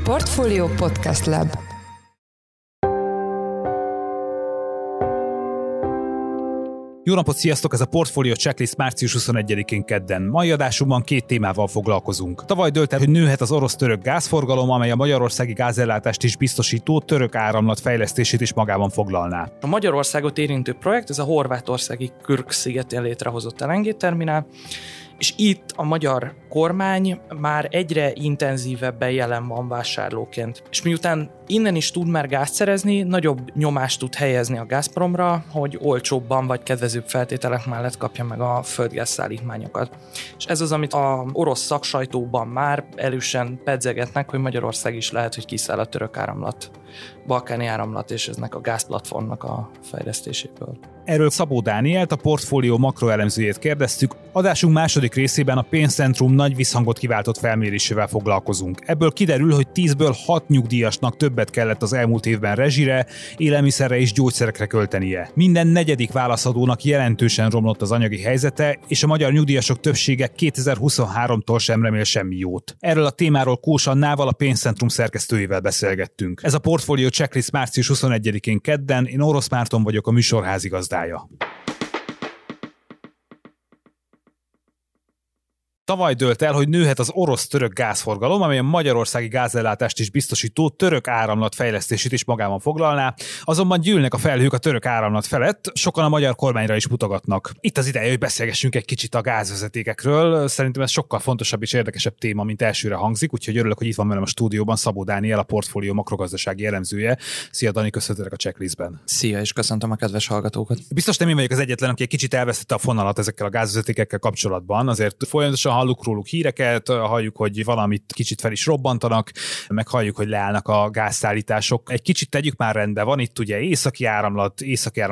Portfolio Podcast Lab. Jó napot, sziasztok! Ez a Portfolio Checklist március 21-én kedden. Mai adásunkban két témával foglalkozunk. Tavaly dőlt el, hogy nőhet az orosz-török gázforgalom, amely a magyarországi gázellátást is biztosító török áramlat fejlesztését is magában foglalná. A Magyarországot érintő projekt, ez a horvátországi Krk-szigeten létrehozott LNG terminál, és itt a magyar kormány már egyre intenzívebben jelen van vásárlóként. És miután innen is tud már gázt szerezni, nagyobb nyomást tud helyezni a Gazpromra, hogy olcsóbban vagy kedvezőbb feltételek mellett kapja meg a földgáz szállítmányokat. És ez az, amit az orosz szaksajtóban már erősen pedzegetnek, hogy Magyarország is lehet, hogy kiszáll a török áramlat, balkáni áramlat és eznek a gázplatformnak a fejlesztéséből. Erről Szabó Dánielt, a Portfolio makroelemzőjét kérdeztük. Adásunk második részében a pénzcentrum nagy visszhangot kiváltott felmérésével foglalkozunk. Ebből kiderül, hogy 10-ből 6 nyugdíjasnak többet kellett az elmúlt évben rezsire, élelmiszerre és gyógyszerekre költenie. Minden negyedik válaszadónak jelentősen romlott az anyagi helyzete, és a magyar nyugdíjasok többsége 2023-tól sem remél semmi jót. Erről a témáról Kós Annával, a pénzcentrum szerkesztőjével beszélgettünk. Ez a Portfolio Checklist március 21-én kedden, én Orosz Márton vagyok, a műsor házigazdája. Tavaly dőlt el, hogy nőhet az orosz-török gázforgalom, amely a magyarországi gázellátást is biztosító török áramlat fejlesztését is magában foglalná, azonban gyűlnek a felhők a török áramlat felett, sokan a magyar kormányra is mutogatnak. Itt az ideje, hogy beszélgessünk egy kicsit a gázvezetékekről, szerintem ez sokkal fontosabb és érdekesebb téma, mint elsőre hangzik, úgyhogy örülök, hogy itt van velem a stúdióban Szabó Dániel, a Portfolio makrogazdasági elemzője. Szia Dani, köszöntelek a checklistben. Szia, és köszöntöm a kedves hallgatókat. Biztos nem én vagyok az egyetlen, aki egy kicsit elvesztette a fonalat ezekkel a gázvezetékekkel kapcsolatban, azért folyamatosan halljuk róluk híreket, halljuk, hogy valamit kicsit fel is robbantanak, meg halljuk, hogy leállnak a gázszállítások. Egy kicsit tegyük már rendbe, van itt ugye északi áramlat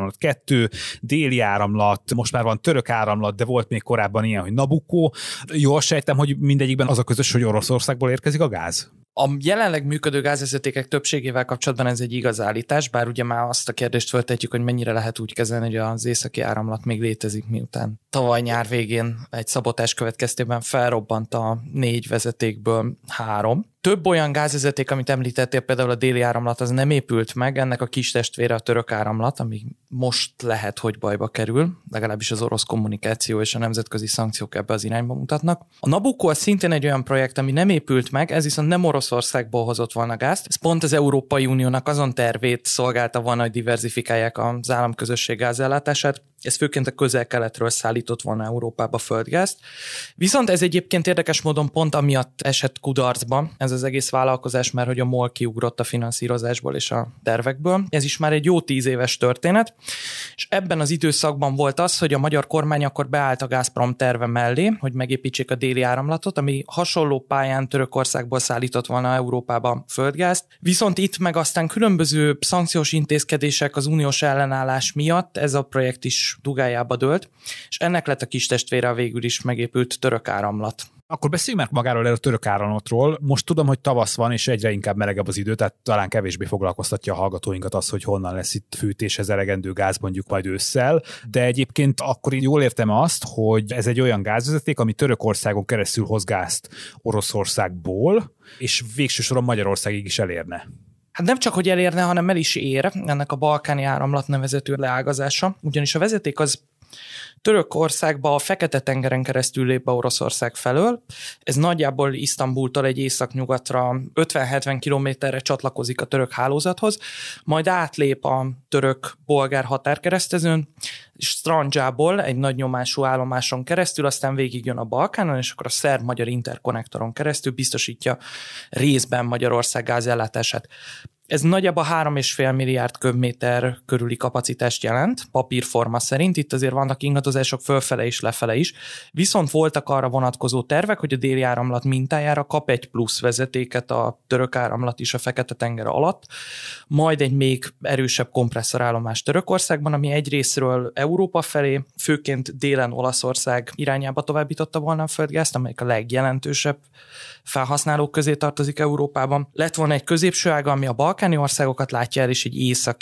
2, déli áramlat, most már van török áramlat, de volt még korábban ilyen, hogy Nabucco. Jól sejtem, hogy mindegyikben az a közös, hogy Oroszországból érkezik a gáz? A jelenleg működő gázvezetékek többségével kapcsolatban ez egy igaz állítás, bár ugye már azt a kérdést föltetjük, hogy mennyire lehet úgy kezelni, hogy az északi áramlat még létezik, miután tavaly nyár végén egy szabotás következtében felrobbant a 4 vezetékből 3. Több olyan gázvezeték, amit említettél, például a déli áramlat, az nem épült meg, ennek a kis testvére a török áramlat, ami most lehet, hogy bajba kerül, legalábbis az orosz kommunikáció és a nemzetközi szankciók ebbe az irányba mutatnak. A Nabucco az szintén egy olyan projekt, ami nem épült meg, ez viszont nem Oroszországból hozott volna gázt. Ez pont az Európai Uniónak azon tervét szolgálta volna, hogy diverzifikálják az államközösség gázellátását. Ez főként a közel-keletről szállított volna Európába földgázt. Viszont ez egyébként érdekes módon pont amiatt esett kudarcba ez az egész vállalkozás, mert hogy a MOL kiugrott a finanszírozásból és a tervekből. Ez is már egy jó 10 éves történet, és ebben az időszakban volt az, hogy a magyar kormány akkor beállt a Gazprom terve mellé, hogy megépítsék a déli áramlatot, ami hasonló pályán Törökországból szállított volna Európába földgázt. Viszont itt meg aztán különböző szankciós intézkedések az uniós ellenállás miatt ez a projekt is dugájába dőlt, és ennek lett a kis testvére a végül is megépült török áramlat. Akkor beszéljünk már magáról a török áramlatról. Most tudom, hogy tavasz van, és egyre inkább melegebb az idő, tehát talán kevésbé foglalkoztatja a hallgatóinkat az, hogy honnan lesz itt fűtéshez elegendő gáz mondjuk majd ősszel, de egyébként akkor így jól értem azt, hogy ez egy olyan gázvezeték, ami Törökországon keresztül hoz gázt Oroszországból, és végső soron Magyarországig is elérne. Hát nem csak, hogy elérne, hanem el is ér ennek a balkáni áramlat nevezetű leágazása, ugyanis a vezeték az Törökországba a Fekete-tengeren keresztül lép be Oroszország felől. Ez nagyjából Isztambultól egy északnyugatra 50-70 kilométerre csatlakozik a török hálózathoz, majd átlép a török-bolgár határkeresztezőn, Strandzsából egy nagy nyomású állomáson keresztül, aztán végigjön a Balkánon, és akkor a szerb-magyar interkonnektoron keresztül biztosítja részben Magyarország gázellátását. Ez nagyjából 3,5 milliárd köbméter körüli kapacitást jelent, papírforma szerint, itt azért vannak ingadozások fölfele és lefele is, viszont voltak arra vonatkozó tervek, hogy a déli áramlat mintájára kap egy plusz vezetéket a török áramlat is a Fekete-tenger alatt, majd egy még erősebb kompresszorállomás Törökországban, ami egyrészről Európa felé, főként délen Olaszország irányába továbbította volna a földgázt, amelyik a legjelentősebb felhasználók közé tartozik Európában. Lett volna egy középső ága, ami a balkáni országokat látja el, és egy északi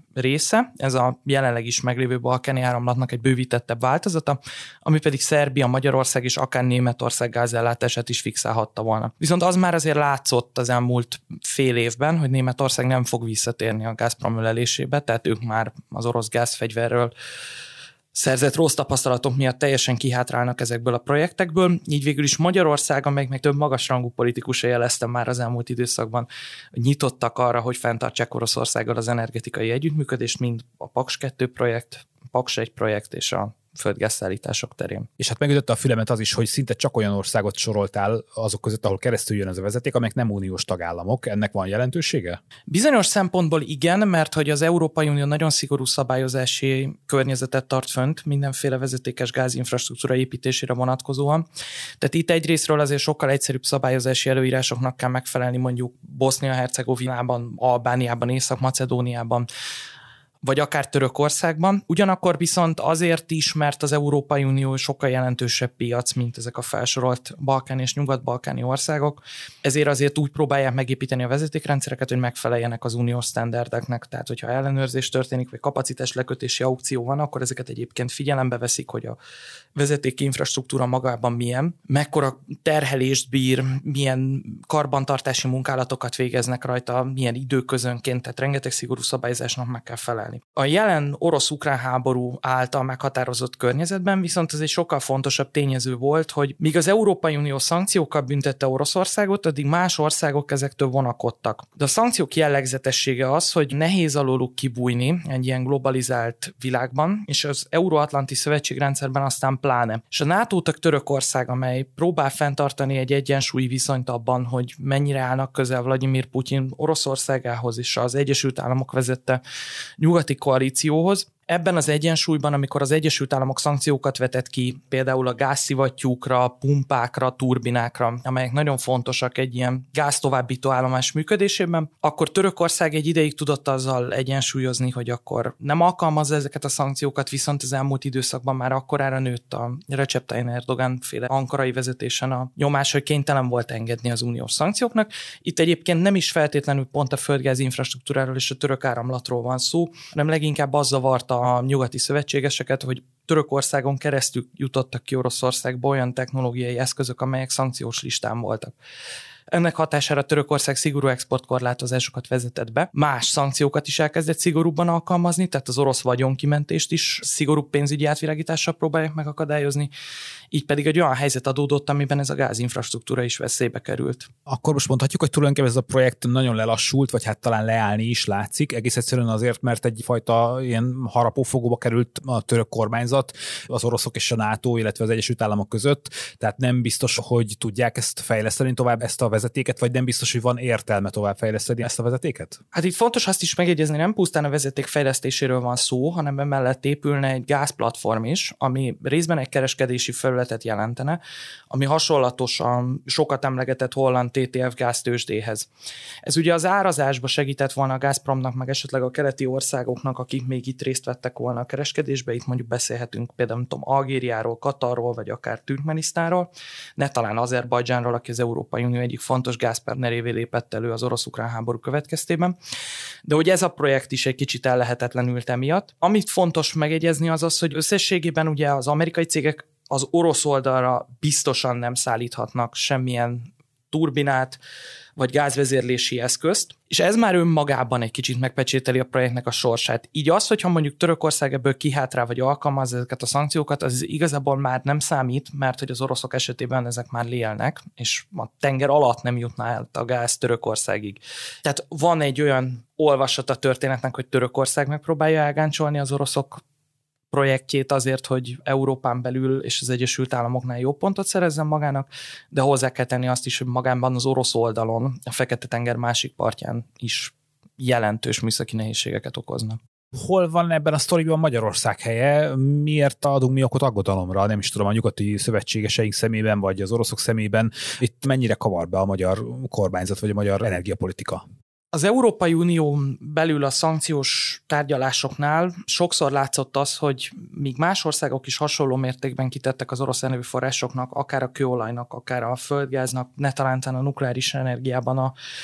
része, ez a jelenleg is meglévő balkáni áramlatnak egy bővítettebb változata, ami pedig Szerbia, Magyarország és akár Németország gázellátását is fixálhatta volna. Viszont az már azért látszott az elmúlt fél évben, hogy Németország nem fog visszatérni a Gazprom ölelésébe, tehát ők már az orosz gázfegyverről szerzett rossz tapasztalatok miatt teljesen kihátrálnak ezekből a projektekből. Így végül is Magyarország, amely meg több magasrangú politikusa jelezte már az elmúlt időszakban, hogy nyitottak arra, hogy fenntartsák Oroszországgal az energetikai együttműködést, mind a Paks 2 projekt, Paks 1 projekt és a földgázszállítások terén. És hát megütötte a fülemet az is, hogy szinte csak olyan országot soroltál azok között, ahol keresztül jön ez a vezeték, amelyek nem uniós tagállamok. Ennek van jelentősége? Bizonyos szempontból igen, mert hogy az Európai Unió nagyon szigorú szabályozási környezetet tart fönt mindenféle vezetékes gázinfrastruktúra építésére vonatkozóan. Tehát itt egyrésztről azért sokkal egyszerűbb szabályozási előírásoknak kell megfelelni mondjuk Bosznia-Hercegovinában, Albániában, Észak-Macedóniában, vagy akár Törökországban. Ugyanakkor viszont azért is, mert az Európai Unió sokkal jelentősebb piac, mint ezek a felsorolt balkáni és nyugat-balkáni országok. Ezért azért úgy próbálják megépíteni a vezetékrendszereket, hogy megfeleljenek az uniós sztenderdeknek. Tehát, hogyha ellenőrzés történik, vagy kapacitás lekötési aukció van, akkor ezeket egyébként figyelembe veszik, hogy a vezetéki infrastruktúra magában milyen, mekkora terhelést bír, milyen karbantartási munkálatokat végeznek rajta, milyen időközönként, tehát rengeteg szigorú szabályozásnak meg kell felelni. A jelen orosz-ukrán háború által meghatározott környezetben viszont ez egy sokkal fontosabb tényező volt, hogy míg az Európai Unió szankciókkal büntette Oroszországot, addig más országok ezektől vonakodtak. De a szankciók jellegzetessége az, hogy nehéz alóluk kibújni egy ilyen globalizált világban, és az Euróatlanti Szövetségrendszerben aztán pláne. És a NATO-tag Törökország, amely próbál fenntartani egy egyensúlyi viszonyt abban, hogy mennyire állnak közel Vladimir Putyin Oroszországához és az Egyesült Államok vezette nyugati koalícióhoz. Ebben az egyensúlyban, amikor az Egyesült Államok szankciókat vetett ki, például a gázszivattyúkra, pumpákra, turbinákra, amelyek nagyon fontosak egy ilyen gáztovábbító állomás működésében, akkor Törökország egy ideig tudott azzal egyensúlyozni, hogy akkor nem alkalmazza ezeket a szankciókat, viszont az elmúlt időszakban már akkorára nőtt a Recep Tayyip Erdogan féle ankarai vezetésen a nyomás, hogy kénytelen volt engedni az uniós szankcióknak. Itt egyébként nem is feltétlenül pont a földgáz infrastruktúráról és a török áramlatról van szó, hanem leginkább az zavarta a nyugati szövetségeseket, hogy Törökországon keresztül jutottak ki Oroszországba olyan technológiai eszközök, amelyek szankciós listán voltak. Ennek hatására Törökország szigorú exportkorlátozásokat vezetett be. Más szankciókat is elkezdett szigorúbban alkalmazni, tehát az orosz vagyonkimentést is szigorú pénzügyi átvilágítással próbálják megakadályozni. Így pedig egy olyan helyzet adódott, amiben ez a gázinfrastruktúra is veszélybe került. Akkor most mondhatjuk, hogy tulajdonképpen ez a projekt nagyon lelassult, vagy hát talán leállni is látszik, egész egyszerűen azért, mert egyfajta ilyen harapófogóba került a török kormányzat, az oroszok és a NATO, illetve az Egyesült Államok között, tehát nem biztos, hogy tudják ezt fejleszteni tovább, ezt a vezetéket, vagy nem biztos, hogy van értelme tovább fejleszteni ezt a vezetéket? Hát itt fontos azt is megjegyezni, nem pusztán a vezeték fejlesztéséről van szó, hanem emellett épülne egy gázplatform is, ami részben egy kereskedési felületet jelentene, ami hasonlatos a sokat emlegetett holland TTF gáztőzsdéhez. Ez ugye az árazásba segített volna a Gazpromnak, meg esetleg a keleti országoknak, akik még itt részt vettek volna a kereskedésbe, itt mondjuk beszélhetünk például Algériáról, Katarról, vagy akár Türkmenisztánról, ne talán Azerbajdzsánról, aki az Európai Unió egyik fontos gázpartnerévé lépett elő az orosz-ukrán háború következtében. De hogy ez a projekt is egy kicsit ellehetetlenült emiatt. Amit fontos megjegyezni az az, hogy összességében ugye az amerikai cégek az orosz oldalra biztosan nem szállíthatnak semmilyen turbinát, vagy gázvezérlési eszközt, és ez már önmagában egy kicsit megpecsételi a projektnek a sorsát. Így az, hogyha mondjuk Törökország ebből kihátrál, vagy alkalmaz ezeket a szankciókat, az igazából már nem számít, mert hogy az oroszok esetében ezek már lélnek, és a tenger alatt nem jutna el a gáz Törökországig. Tehát van egy olyan olvasat a történetnek, hogy Törökország megpróbálja elgáncsolni az oroszok projektjét azért, hogy Európán belül és az Egyesült Államoknál jobb pontot szerezzen magának, de hozzá kell tenni azt is, hogy magában az orosz oldalon, a Fekete-tenger másik partján is jelentős műszaki nehézségeket okozna. Hol van ebben a sztoriban Magyarország helye? Miért adunk mi okot aggodalomra? Nem is tudom, a nyugati szövetségeseink szemében, vagy az oroszok szemében. Itt mennyire kavar be a magyar kormányzat, vagy a magyar energiapolitika? Az Európai Unión belül a szankciós tárgyalásoknál sokszor látszott az, hogy míg más országok is hasonló mértékben kitettek az orosz energiaforrásoknak, akár a kőolajnak, akár a földgáznak, ne talán a nukleáris energiában a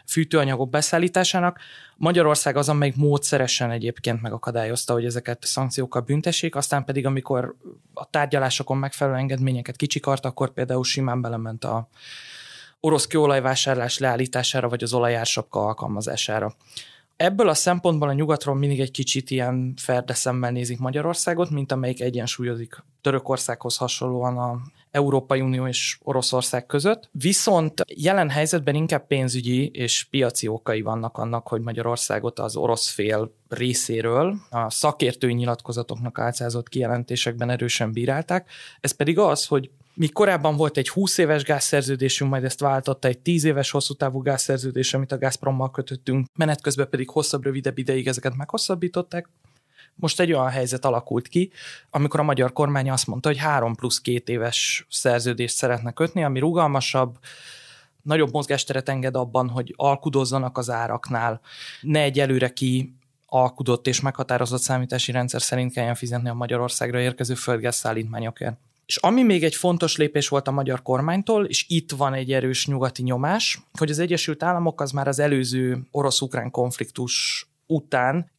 fűtőanyagok beszállításának. Magyarország az, amelyik módszeresen egyébként megakadályozta, hogy ezeket szankciókkal büntessék, aztán pedig amikor a tárgyalásokon megfelelő engedményeket kicsikart, akkor például simán belement a orosz kőolajvásárlás leállítására, vagy az olajársapka alkalmazására. Ebből a szempontból a nyugatról mindig egy kicsit ilyen ferde szemmel nézik Magyarországot, mint amelyik egyensúlyozik Törökországhoz hasonlóan a Európai Unió és Oroszország között. Viszont jelen helyzetben inkább pénzügyi és piaci okai vannak annak, hogy Magyarországot az orosz fél részéről a szakértői nyilatkozatoknak álcázott kijelentésekben erősen bírálták. Ez pedig az, hogy míg korábban volt egy 20 éves gázszerződésünk, majd ezt váltotta egy 10 éves hosszú távú gázszerződés, amit a Gazprommal kötöttünk, menet közben pedig hosszabb, rövidebb ideig ezeket meghosszabbították. Most egy olyan helyzet alakult ki, amikor a magyar kormány azt mondta, hogy 3+2 éves szerződést szeretne kötni, ami rugalmasabb, nagyobb mozgásteret enged abban, hogy alkudozzanak az áraknál, ne egy előre ki alkudott és meghatározott számítási rendszer szerint kelljen fizetni a Magyarországra érkező földgáz szállítmányokért. És ami még egy fontos lépés volt a magyar kormánytól, és itt van egy erős nyugati nyomás, hogy az Egyesült Államok az már az előző orosz-ukrán konfliktus után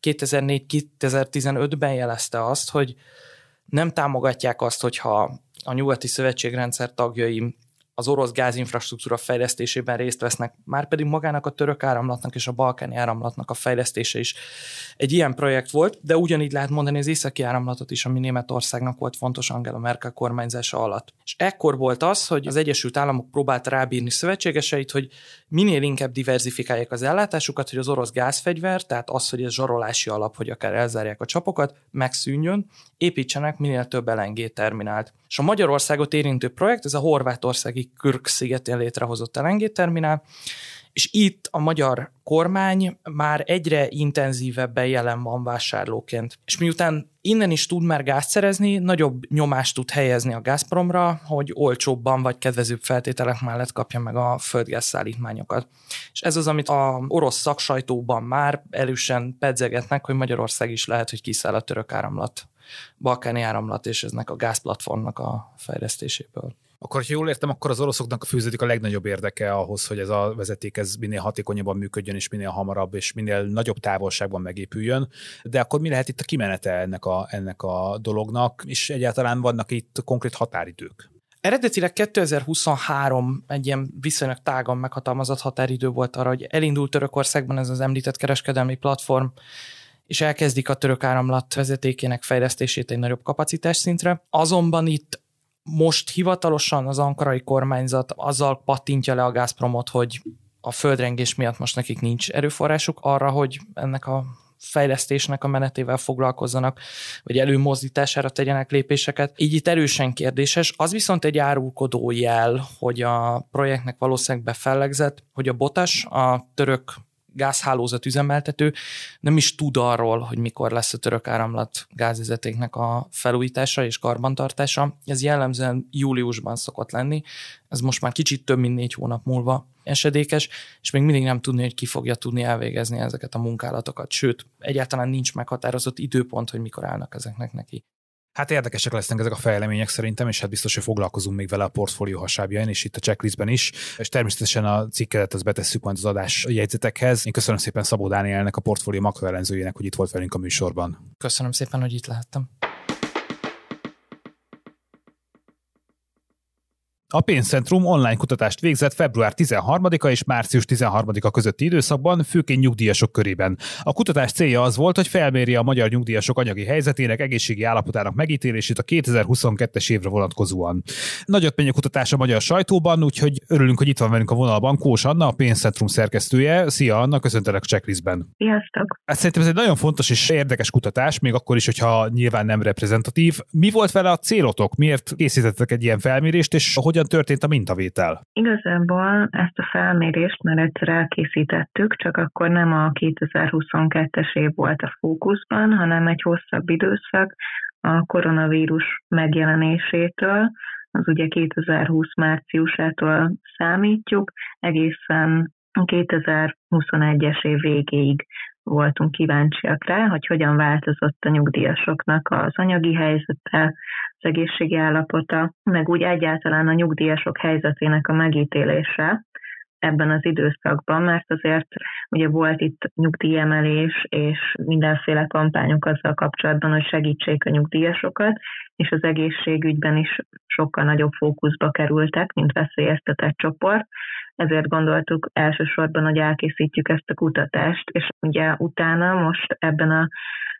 2004-2015-ben jelezte azt, hogy nem támogatják azt, hogyha a nyugati szövetségrendszer tagjai az orosz gázinfrastruktúra fejlesztésében részt vesznek, márpedig magának a török áramlatnak és a balkáni áramlatnak a fejlesztése is egy ilyen projekt volt, de ugyanígy lehet mondani az északi áramlatot is, ami Németországnak volt fontos Angela Merkel kormányzása alatt. És ekkor volt az, hogy az Egyesült Államok próbált rábírni szövetségeseit, hogy minél inkább diverzifikálják az ellátásukat, hogy az orosz gázfegyver, tehát az, hogy ez zsarolási alap, hogy akár elzárják a csapokat, megszűnjön, építsenek minél több LNG terminált. És a Magyarországot érintő projekt, ez a horvátországi Krk szigetén létrehozott LNG terminál, és itt a magyar kormány már egyre intenzívebben jelen van vásárlóként. És miután innen is tud már gázt szerezni, nagyobb nyomást tud helyezni a Gazpromra, hogy olcsóbban vagy kedvezőbb feltételek mellett kapja meg a földgáz szállítmányokat. És ez az, amit az orosz szaksajtóban már erősen pedzegetnek, hogy Magyarország is lehet, hogy kiszáll a török áramlat, balkáni áramlat és eznek a gázplatformnak a fejlesztéséből. Akkor, ha jól értem, akkor az oroszoknak fűződik a legnagyobb érdeke ahhoz, hogy ez a vezeték ez minél hatékonyabban működjön, és minél hamarabb, és minél nagyobb távolságban megépüljön. De akkor mi lehet itt a kimenete ennek a dolognak, és egyáltalán vannak itt konkrét határidők? Eredetileg 2023 egy ilyen viszonylag tágan meghatalmazott határidő volt arra, hogy elindult Törökországban ez az említett kereskedelmi platform, és elkezdik a török áramlat vezetékének fejlesztését egy nagyobb kapacitásszintre. Azonban itt most hivatalosan az ankarai kormányzat azzal pattintja le a Gazpromot, hogy a földrengés miatt most nekik nincs erőforrásuk arra, hogy ennek a fejlesztésnek a menetével foglalkozzanak, vagy előmozdítására tegyenek lépéseket. Így itt erősen kérdéses. Az viszont egy árulkodó jel, hogy a projektnek valószínűleg befellegzett, hogy a BOTAS, a török gázhálózat üzemeltető nem is tud arról, hogy mikor lesz a török áramlat gázvezetéknek a felújítása és karbantartása. Ez jellemzően júliusban szokott lenni, ez most már kicsit több mint 4 hónap múlva esedékes, és még mindig nem tudni, hogy ki fogja tudni elvégezni ezeket a munkálatokat. Sőt, egyáltalán nincs meghatározott időpont, hogy mikor állnak ezeknek neki. Hát érdekesek lesznek ezek a fejlemények szerintem, és hát biztos, hogy foglalkozunk még vele a portfólió hasábjain, és itt a checklistben is, és természetesen a cikkedet az betesszük majd az adás jegyzetekhez. Én köszönöm szépen Szabó Dánielnek, a portfólió makroellenzőjének, hogy itt volt velünk a műsorban. Köszönöm szépen, hogy itt lehettem. A Pénzcentrum online kutatást végzett február 13-a és március 13-a közötti időszakban, főként nyugdíjasok körében. A kutatás célja az volt, hogy felmérje a magyar nyugdíjasok anyagi helyzetének, egészségi állapotának megítélését a 2022-es évre vonatkozóan. Nagyot megy a kutatás a magyar sajtóban, úgyhogy örülünk, hogy itt van velünk a vonalban Kós Anna, a Pénzcentrum szerkesztője. Szia Anna, köszöntelek a checklistben. Sziasztok! Hát szerintem ez egy nagyon fontos és érdekes kutatás, még akkor is, hogyha nyilván nem reprezentatív. Mi volt vele a célotok? Miért készítettek egy ilyen felmérést, és hogyan történt a mintavétel? Igazából ezt a felmérést már egyszer elkészítettük, csak akkor nem a 2022-es év volt a fókuszban, hanem egy hosszabb időszak a koronavírus megjelenésétől, az ugye 2020 márciusától számítjuk, egészen 2021-es év végéig voltunk kíváncsiak rá, hogy hogyan változott a nyugdíjasoknak az anyagi helyzete, az egészségi állapota, meg úgy egyáltalán a nyugdíjasok helyzetének a megítélése ebben az időszakban, mert azért ugye volt itt nyugdíjemelés, és mindenféle kampányok azzal kapcsolatban, hogy segítsék a nyugdíjasokat, és az egészségügyben is sokkal nagyobb fókuszba kerültek, mint veszélyeztetett csoport. Ezért gondoltuk elsősorban, hogy elkészítjük ezt a kutatást, és ugye utána most ebben a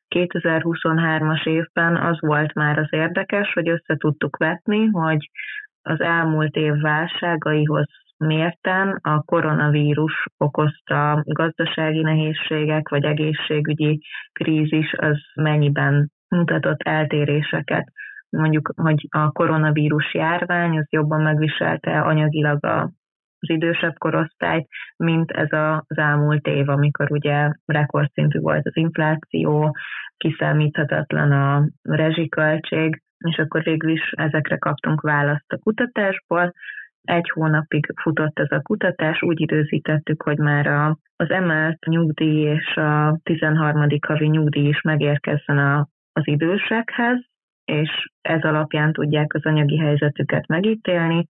2023-as évben az volt már az érdekes, hogy össze tudtuk vetni, hogy az elmúlt év válságaihoz mérten a koronavírus okozta gazdasági nehézségek vagy egészségügyi krízis az mennyiben mutatott eltéréseket. Mondjuk, hogy a koronavírus járvány az jobban megviselte anyagilag az idősebb korosztályt, mint ez az elmúlt év, amikor ugye rekordszintű volt az infláció, kiszámíthatatlan a rezsiköltség, és akkor végül is ezekre kaptunk választ a kutatásból. 1 hónapig futott ez a kutatás, úgy időzítettük, hogy már az emelt nyugdíj és a 13. havi nyugdíj is megérkezzen az idősekhez, és ez alapján tudják az anyagi helyzetüket megítélni,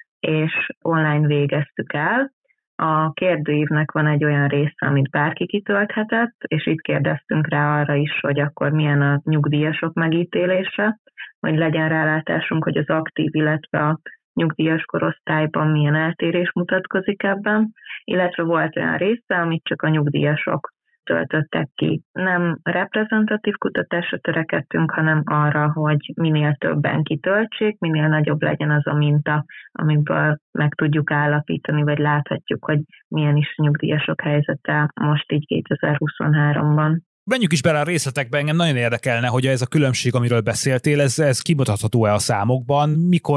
és online végeztük el. A kérdőívnek van egy olyan része, amit bárki kitölthetett, és itt kérdeztünk rá arra is, hogy akkor milyen a nyugdíjasok megítélése, hogy legyen rálátásunk, hogy az aktív, illetve a nyugdíjas korosztályban milyen eltérés mutatkozik ebben, illetve volt olyan része, amit csak a nyugdíjasok töltöttek ki. Nem reprezentatív kutatásra törekedtünk, hanem arra, hogy minél többen kitöltsék, minél nagyobb legyen az a minta, amiből meg tudjuk állapítani, vagy láthatjuk, hogy milyen is a nyugdíjasok helyzete most így 2023-ban. Menjünk is bele a részletekbe, engem nagyon érdekelne, hogy ez a különbség, amiről beszéltél, ez kimutatható-e a számokban?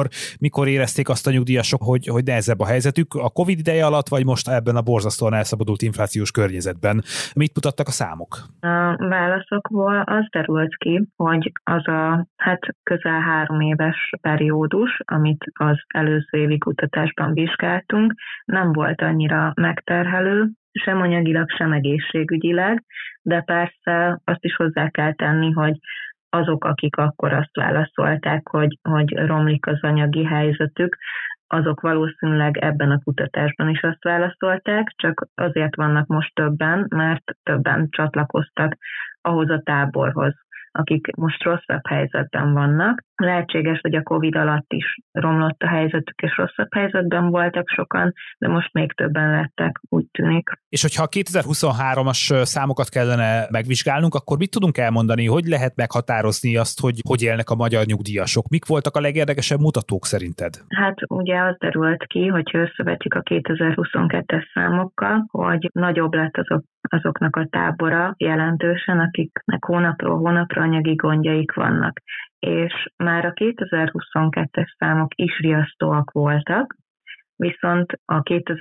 Mikor érezték azt a nyugdíjasok, hogy nehezebb a helyzetük? A Covid ideje alatt, vagy most ebben a borzasztóan elszabadult inflációs környezetben? Mit mutattak a számok? A válaszokból az derült ki, hogy az a közel 3 éves periódus, amit az előző évi kutatásban vizsgáltunk, nem volt annyira megterhelő, sem anyagilag, sem egészségügyileg, de persze azt is hozzá kell tenni, hogy azok, akik akkor azt válaszolták, hogy romlik az anyagi helyzetük, azok valószínűleg ebben a kutatásban is azt válaszolták, csak azért vannak most többen, mert többen csatlakoztak ahhoz a táborhoz, akik most rosszabb helyzetben vannak. Lehetséges, hogy a Covid alatt is romlott a helyzetük, és rosszabb helyzetben voltak sokan, de most még többen lettek, úgy tűnik. És hogyha a 2023-as számokat kellene megvizsgálnunk, akkor mit tudunk elmondani, hogy lehet meghatározni azt, hogy élnek a magyar nyugdíjasok? Mik voltak a legérdekesebb mutatók szerinted? Hát ugye az derült ki, hogyha összevetjük a 2022-es számokkal, hogy nagyobb lett azoknak a tábora jelentősen, akiknek hónapról hónapra anyagi gondjaik vannak. És már a 2022-es számok is riasztóak voltak, viszont a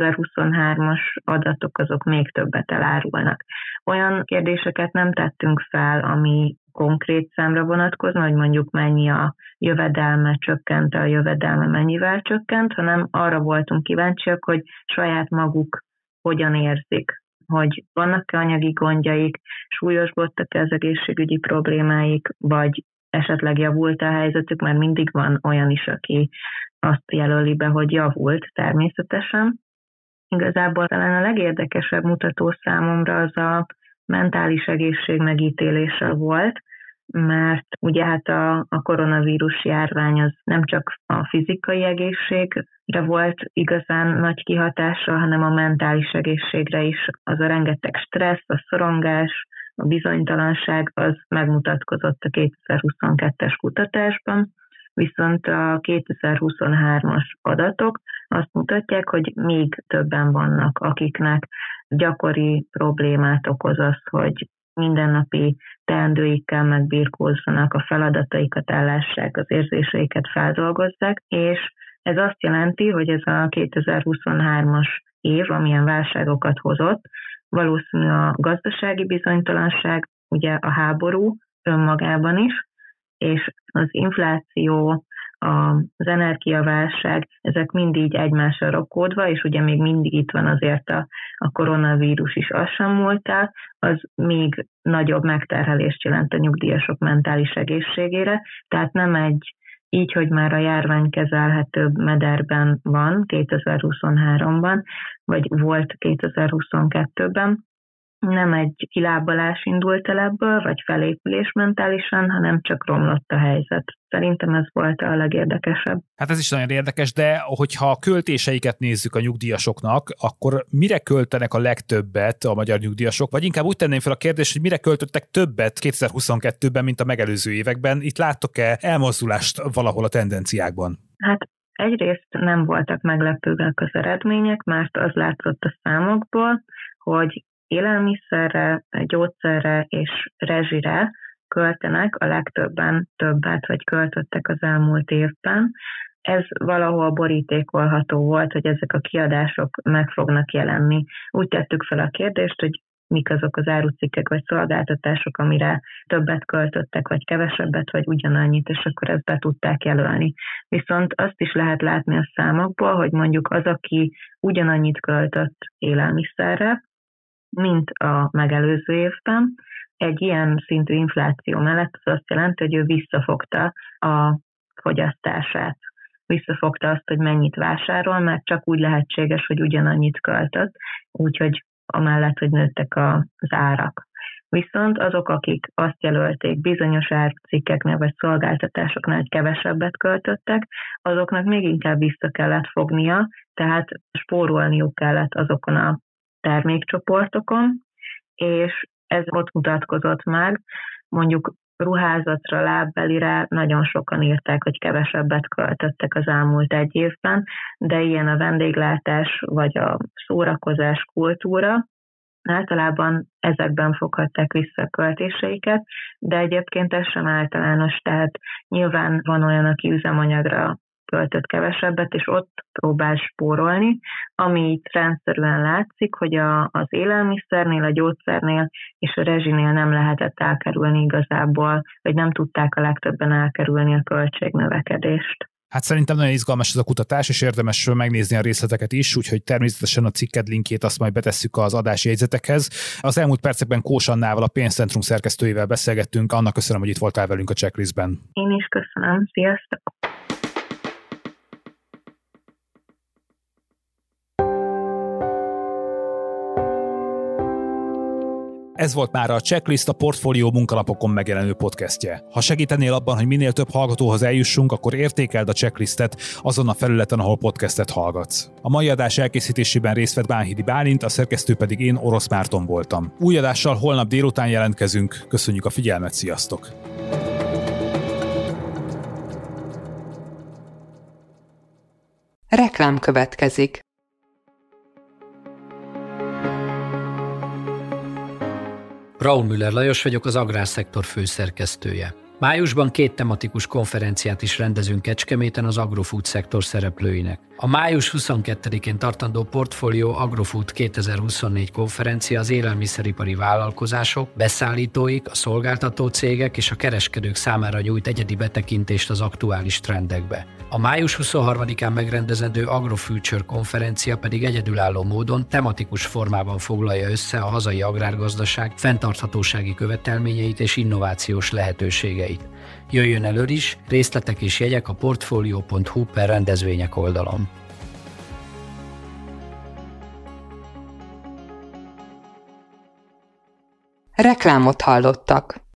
2023-as adatok azok még többet elárulnak. Olyan kérdéseket nem tettünk fel, ami konkrét számra vonatkozna, hogy mondjuk mennyi a jövedelme csökkent, a jövedelme mennyivel csökkent, hanem arra voltunk kíváncsiak, hogy saját maguk hogyan érzik, hogy vannak-e anyagi gondjaik, súlyosbodtak-e az egészségügyi problémáik, vagy esetleg javult a helyzetük, mert mindig van olyan is, aki azt jelöli be, hogy javult természetesen. Igazából talán a legérdekesebb mutató számomra az a mentális egészség megítélése volt, mert ugye hát a koronavírus járvány az nem csak a fizikai egészségre volt igazán nagy kihatással, hanem a mentális egészségre is. Az a rengeteg stressz, a szorongás, a bizonytalanság az megmutatkozott a 2022-es kutatásban, viszont a 2023-as adatok azt mutatják, hogy még többen vannak, akiknek gyakori problémát okoz az, hogy mindennapi teendőikkel megbirkózzanak, a feladataikat ellássák, az érzéseiket feldolgozzák, és ez azt jelenti, hogy ez a 2023-as év, amilyen válságokat hozott, valószínű a gazdasági bizonytalanság, ugye a háború önmagában is, és az infláció, az energiaválság, ezek mind így egymásra rakódva, és ugye még mindig itt van azért a koronavírus is, az sem múlt el, az még nagyobb megterhelést jelent a nyugdíjasok mentális egészségére, tehát nem egy így, hogy már a járvány kezelhetőbb mederben van 2023-ban, vagy volt 2022-ben, nem egy kilábalás indult el ebből, vagy felépülés mentálisan, hanem csak romlott a helyzet. Szerintem ez volt a legérdekesebb. Hát ez is nagyon érdekes, de hogyha a költéseiket nézzük a nyugdíjasoknak, akkor mire költenek a legtöbbet a magyar nyugdíjasok? Vagy inkább úgy tenném fel a kérdést, hogy mire költöttek többet 2022-ben, mint a megelőző években? Itt láttok-e elmozdulást valahol a tendenciákban? Hát egyrészt nem voltak meglepőek az eredmények, mert az látszott a számokból, hogy élelmiszerre, gyógyszerre és rezsire költenek a legtöbben többet, vagy költöttek az elmúlt évben. Ez valahol borítékolható volt, hogy ezek a kiadások meg fognak jelenni. Úgy tettük fel a kérdést, hogy mik azok az árucikkek vagy szolgáltatások, amire többet költöttek, vagy kevesebbet, vagy ugyanannyit, és akkor ezt be tudták jelölni. Viszont azt is lehet látni a számokból, hogy mondjuk az, aki ugyanannyit költött élelmiszerre, mint a megelőző évben, egy ilyen szintű infláció mellett az azt jelenti, hogy ő visszafogta a fogyasztását. Visszafogta azt, hogy mennyit vásárol, mert csak úgy lehetséges, hogy ugyanannyit költött, úgyhogy amellett, hogy nőttek az árak. Viszont azok, akik azt jelölték bizonyos árucikkeknél vagy szolgáltatásoknál, hogy kevesebbet költöttek, azoknak még inkább vissza kellett fognia, tehát spórolniuk kellett azokon a termékcsoportokon, és ez ott mutatkozott meg, mondjuk ruházatra, lábbelire nagyon sokan írták, hogy kevesebbet költöttek az elmúlt egy évben, de ilyen a vendéglátás vagy a szórakozás, kultúra, általában ezekben foghatták vissza a költéseiket, de egyébként ez sem általános, tehát nyilván van olyan, aki üzemanyagra költött kevesebbet, és ott próbál spórolni, ami itt rendszerűen látszik, hogy az élelmiszernél, a gyógyszernél és a rezsinél nem lehetett elkerülni igazából, vagy nem tudták a legtöbben elkerülni a költségnövekedést. Hát szerintem nagyon izgalmas ez a kutatás, és érdemes megnézni a részleteket is, úgyhogy természetesen a cikked linkjét azt majd betesszük az adási jegyzetekhez. Az elmúlt percekben Kós Annával, a Pénzcentrum szerkesztőjével beszélgettünk. Annak köszönöm, hogy itt voltál velünk a checklistben. Én is köszönöm. Sziasztok! Ez volt már a Checklist, a Portfólió munkalapokon megjelenő podcastje. Ha segítenél abban, hogy minél több hallgatóhoz eljussunk, akkor értékeld a Checklistet azon a felületen, ahol podcastet hallgatsz. A mai adás elkészítésében részt vett Bánhidi Bálint, a szerkesztő pedig én, Orosz Márton voltam. Új adással holnap délután jelentkezünk. Köszönjük a figyelmet, sziasztok! Reklám következik. Braun Müller Lajos vagyok, az Agrárszektor főszerkesztője. Májusban 2 tematikus konferenciát is rendezünk Kecskeméten az agrofood szektor szereplőinek. A május 22-én tartandó Portfólió Agrofood 2024 konferencia az élelmiszeripari vállalkozások, beszállítóik, a szolgáltató cégek és a kereskedők számára nyújt egyedi betekintést az aktuális trendekbe. A május 23-án megrendezendő AgroFuture konferencia pedig egyedülálló módon tematikus formában foglalja össze a hazai agrárgazdaság fenntarthatósági követelményeit és innovációs lehetőségeit. Jöjjön elő is, részletek és jegyek a portfolio.hu/rendezvények oldalon. Reklámot hallottak.